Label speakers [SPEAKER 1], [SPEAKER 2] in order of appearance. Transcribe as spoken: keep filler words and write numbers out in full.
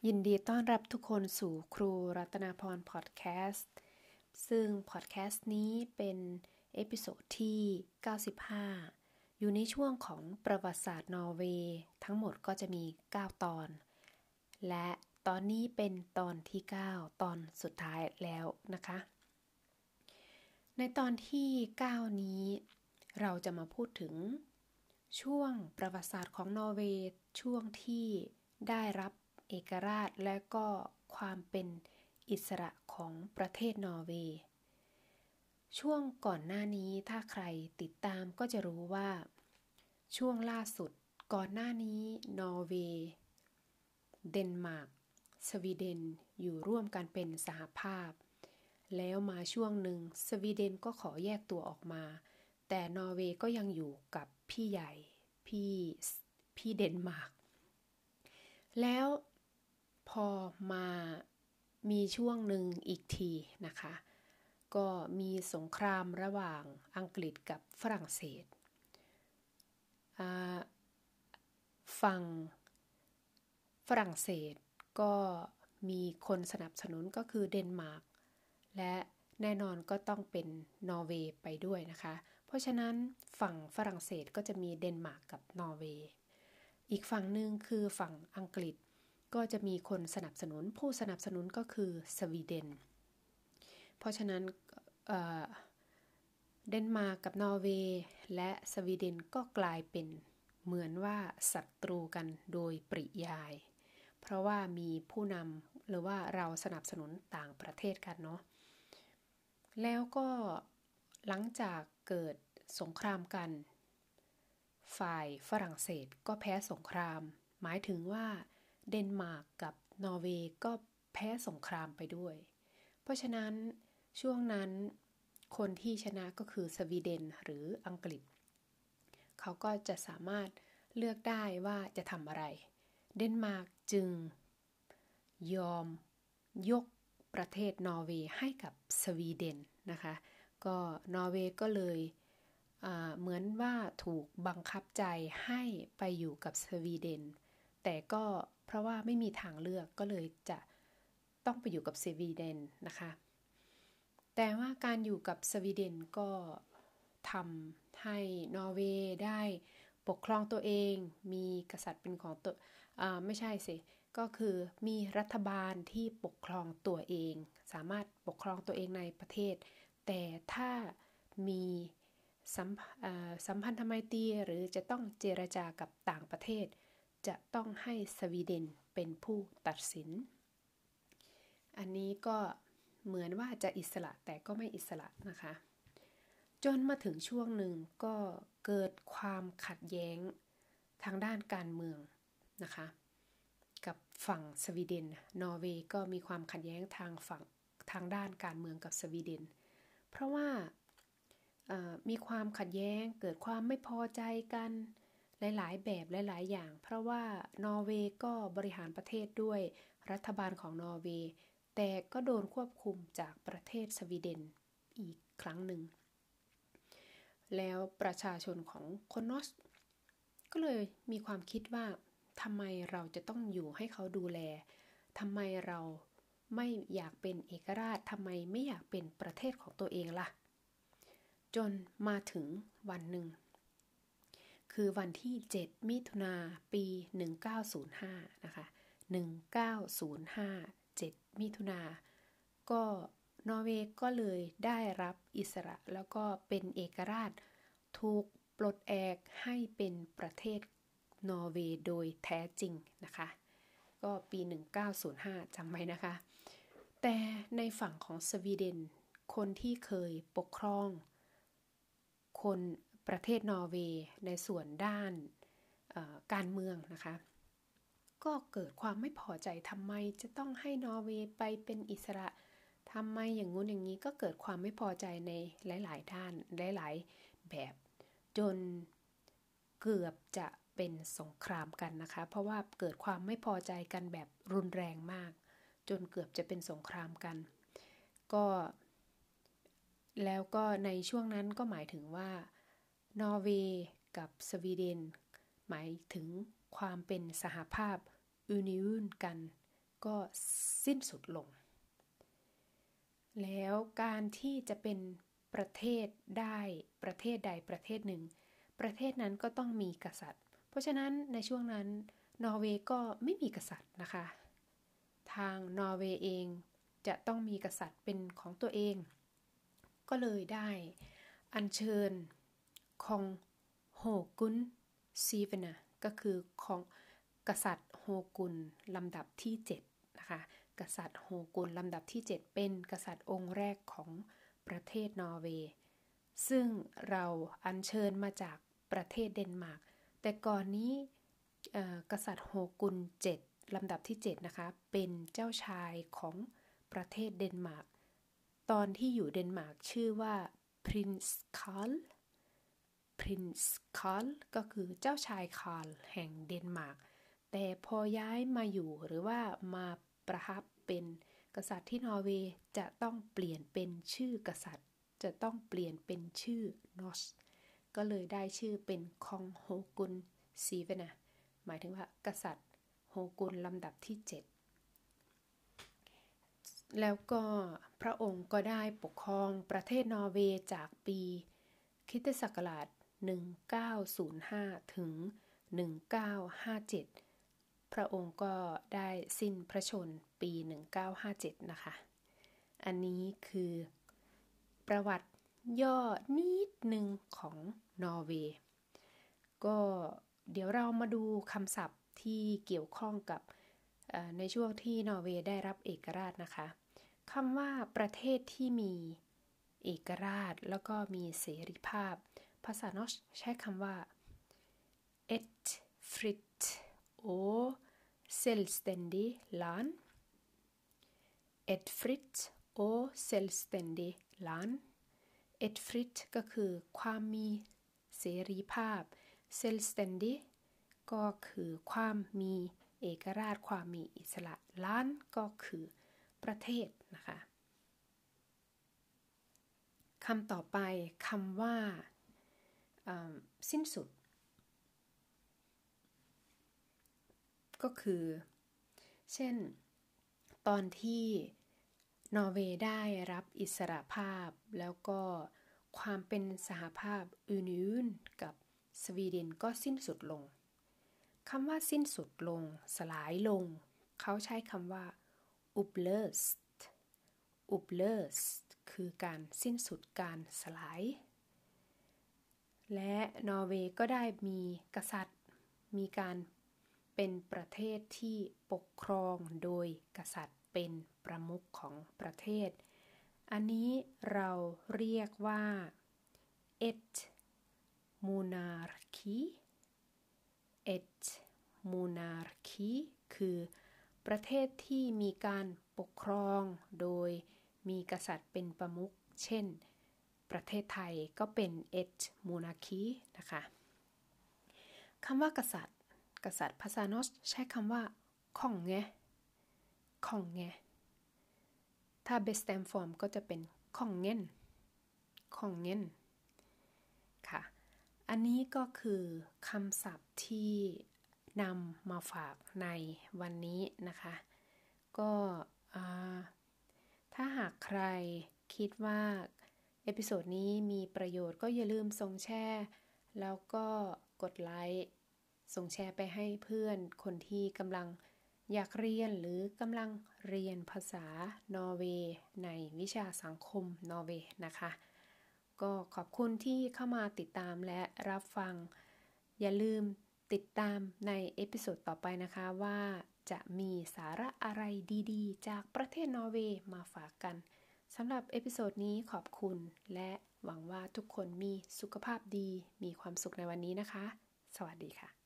[SPEAKER 1] ยินดีต้อนรับทุกคนสู่ครูรัตนาพรพอดแคสต์ซึ่งพอดแคสต์นี้เป็นเอพิโซดที่เก้าสิบห้าอยู่ในช่วงของประวัติศาสตร์นอร์เวย์ทั้งหมดก็จะมีเก้าตอนและตอนนี้เป็นตอนที่เก้าตอนสุดท้ายแล้วนะคะในตอนที่เก้านี้เราจะมาพูดถึงช่วงประวัติศาสตร์ของนอร์เวย์ช่วงที่ได้รับเอกราชและก็ความเป็นอิสระของประเทศนอร์เวย์ช่วงก่อนหน้านี้ถ้าใครติดตามก็จะรู้ว่าช่วงล่าสุดก่อนหน้านี้นอร์เวย์เดนมาร์กสวีเดนอยู่ร่วมกันเป็นสหภาพแล้วมาช่วงหนึ่งสวีเดนก็ขอแยกตัวออกมาแต่นอร์เวย์ก็ยังอยู่กับพี่ใหญ่พี่พี่เดนมาร์กแล้วพอมามีช่วงหนึ่งอีกทีนะคะก็มีสงครามระหว่างอังกฤษกับฝรั่งเศสฝั่งฝรั่งเศสก็มีคนสนับสนุนก็คือเดนมาร์กและแน่นอนก็ต้องเป็นนอร์เวย์ไปด้วยนะคะเพราะฉะนั้นฝั่งฝรั่งเศสก็จะมีเดนมาร์กกับนอร์เวย์อีกฝั่งหนึ่งคือฝั่งอังกฤษก็จะมีคนสนับสนุนผู้สนับสนุนก็คือสวีเดนเพราะฉะนั้นเเดนมาร์กกับนอร์เวย์และสวีเดนก็กลายเป็นเหมือนว่าศัตรูกันโดยปริยายเพราะว่ามีผู้นำหรือว่าเราสนับสนุนต่างประเทศกันเนาะแล้วก็หลังจากเกิดสงครามกันฝ่ายฝรั่งเศสก็แพ้สงครามหมายถึงว่าเดนมาร์กกับนอร์เวย์ก็แพ้สงครามไปด้วยเพราะฉะนั้นช่วงนั้นคนที่ชนะก็คือสวีเดนหรืออังกฤษเขาก็จะสามารถเลือกได้ว่าจะทำอะไรเดนมาร์กจึงยอมยกประเทศนอร์เวย์ให้กับสวีเดนนะคะก็นอร์เวย์ก็เลยเหมือนว่าถูกบังคับใจให้ไปอยู่กับสวีเดนแต่ก็เพราะว่าไม่มีทางเลือกก็เลยจะต้องไปอยู่กับสวีเดนนะคะแต่ว่าการอยู่กับสวีเดนก็ทำให้นอร์เวย์ได้ปกครองตัวเองมีกษัตริย์เป็นของตัวไม่ใช่สิก็คือมีรัฐบาลที่ปกครองตัวเองสามารถปกครองตัวเองในประเทศแต่ถ้ามีสัมสัมพันธไมตรีหรือจะต้องเจรจากับต่างประเทศจะต้องให้สวีเดนเป็นผู้ตัดสินอันนี้ก็เหมือนว่าจะอิสระแต่ก็ไม่อิสระนะคะจนมาถึงช่วงหนึ่งก็เกิดความขัดแย้งทางด้านการเมืองนะคะกับฝั่งสวีเดนนอร์เวย์ก็มีความขัดแย้งทางฝั่งทางด้านการเมืองกับสวีเดนเพราะว่ามีความขัดแย้งเกิดความไม่พอใจกันหลายๆแบบหลายๆอย่างเพราะว่านอร์เวย์ก็บริหารประเทศด้วยรัฐบาลของนอร์เวย์แต่ก็โดนควบคุมจากประเทศสวีเดนอีกครั้งหนึ่งแล้วประชาชนของคนนอร์ก็เลยมีความคิดว่าทำไมเราจะต้องอยู่ให้เขาดูแลทำไมเราไม่อยากเป็นเอกราชทำไมไม่อยากเป็นประเทศของตัวเองล่ะจนมาถึงวันหนึ่งคือวันที่เจ็ดมิถุนาปีหนึ่งเก้าศูนย์ห้านะคะหนึ่งเก้าศูนย์ห้า เจ็ดมิถุนาก็นอร์เวย์ก็เลยได้รับอิสระแล้วก็เป็นเอกราชถูกปลดแอกให้เป็นประเทศนอร์เวย์โดยแท้จริงนะคะก็ปีหนึ่งเก้าศูนย์ห้าจำไว้นะคะแต่ในฝั่งของสวีเดนคนที่เคยปกครองคนประเทศนอร์เวย์ในส่วนด้านการเมืองนะคะก็เกิดความไม่พอใจทำไมจะต้องให้นอร์เวย์ไปเป็นอิสระทำไมอย่างงู้นอย่างนี้ก็เกิดความไม่พอใจในหลายๆด้านหลายๆแบบจนเกือบจะเป็นสงครามกันนะคะเพราะว่าเกิดความไม่พอใจกันแบบรุนแรงมากจนเกือบจะเป็นสงครามกันก็แล้วก็ในช่วงนั้นก็หมายถึงว่านอร์เวย์กับสวีเดนหมายถึงความเป็นสหภาพยูนิออนกันก็สิ้นสุดลงแล้วการที่จะเป็นประเทศได้ประเทศใดประเทศหนึ่งประเทศนั้นก็ต้องมีกษัตริย์เพราะฉะนั้นในช่วงนั้นนอร์เวย์ก็ไม่มีกษัตริย์นะคะทางนอร์เวย์เองจะต้องมีกษัตริย์เป็นของตัวเองก็เลยได้อัญเชิญคองโฮกุนซีเวนาก็คือของกษัตริย์โฮกุนลำดับที่เจ็ดนะคะกษัตริย์โฮกุนลำดับที่เจ็ดเป็นกษัตริย์องค์แรกของประเทศนอร์เวย์ซึ่งเราอัญเชิญมาจากประเทศเดนมาร์กแต่ก่อนนี้กษัตริย์โฮกุนเจ็ดลำดับที่เจ็ดนะคะเป็นเจ้าชายของประเทศเดนมาร์กตอนที่อยู่เดนมาร์กชื่อว่า Prins Carl Prins Carl ก็คือเจ้าชายคาร์ลแห่งเดนมาร์กแต่พอย้ายมาอยู่หรือว่ามาประทับเป็นกษัตริย์ที่นอร์เวย์จะต้องเปลี่ยนเป็นชื่อกษัตริย์จะต้องเปลี่ยนเป็นชื่อนอสก็เลยได้ชื่อเป็นคองโฮกุนซีเวนาหมายถึงว่ากษัตริย์โฮกุนลำดับที่เจ็ดแล้วก็พระองค์ก็ได้ปกครองประเทศนอร์เวย์จากปีคริสตศักราชหนึ่งพันเก้าร้อยห้าถึงหนึ่งพันเก้าร้อยห้าสิบเจ็ดพระองค์ก็ได้สิ้นพระชนม์ปีหนึ่งพันเก้าร้อยห้าสิบเจ็ดนะคะอันนี้คือประวัติย่อนิดนึงของนอร์เวย์ก็เดี๋ยวเรามาดูคำศัพท์ที่เกี่ยวข้องกับในช่วงที่นอร์เวย์ได้รับเอกราชนะคะคำว่าประเทศที่มีเอกราชแล้วก็มีเสรีภาพภาษานอร์สใช้คำว่า et fritt og selvstendig land et fritt og selvstendig land et fritt ก็คือความมีเสรีภาพ selvstendig ก็คือความมีเอกราชความมีอิสระ land ก็คือประเทศนะคะคำต่อไปคำว่าสิ้นสุดก็คือเช่นตอนที่นอร์เวย์ได้รับอิสรภาพแล้วก็ความเป็นสหภาพยูนิออนกับสวีเดนก็สิ้นสุดลงคำว่าสิ้นสุดลงสลายลงเขาใช้คำว่า upplöst upplöst คือการสิ้นสุดการสลายและนอร์เวย์ก็ได้มีกษัตริย์มีการเป็นประเทศที่ปกครองโดยกษัตริย์เป็นประมุขของประเทศอันนี้เราเรียกว่า et monarki et monarki คือประเทศที่มีการปกครองโดยมีกษัตริย์เป็นประมุขเช่นประเทศไทยก็เป็น et monarki นะคะคำว่ากษัตริย์กษัตริย์ภาษานอร์สใช้คำว่าของไงของไงถ้า bestämd form ก็จะเป็นของเง่นของเง่นค่ะอันนี้ก็คือคำศัพท์ที่นำมาฝากในวันนี้นะคะก็ถ้าหากใครคิดว่าเอพิโซดนี้มีประโยชน์ก็อย่าลืมส่งแชร์แล้วก็กดไลค์ส่งแชร์ไปให้เพื่อนคนที่กำลังอยากเรียนหรือกำลังเรียนภาษานอร์เวย์ในวิชาสังคมนอร์เวย์นะคะก็ขอบคุณที่เข้ามาติดตามและรับฟังอย่าลืมติดตามในเอพิโซดต่อไปนะคะว่าจะมีสาระอะไรดีๆจากประเทศนอร์เวย์มาฝากกันสำหรับเอพิโซดนี้ขอบคุณและหวังว่าทุกคนมีสุขภาพดีมีความสุขในวันนี้นะคะสวัสดีค่ะ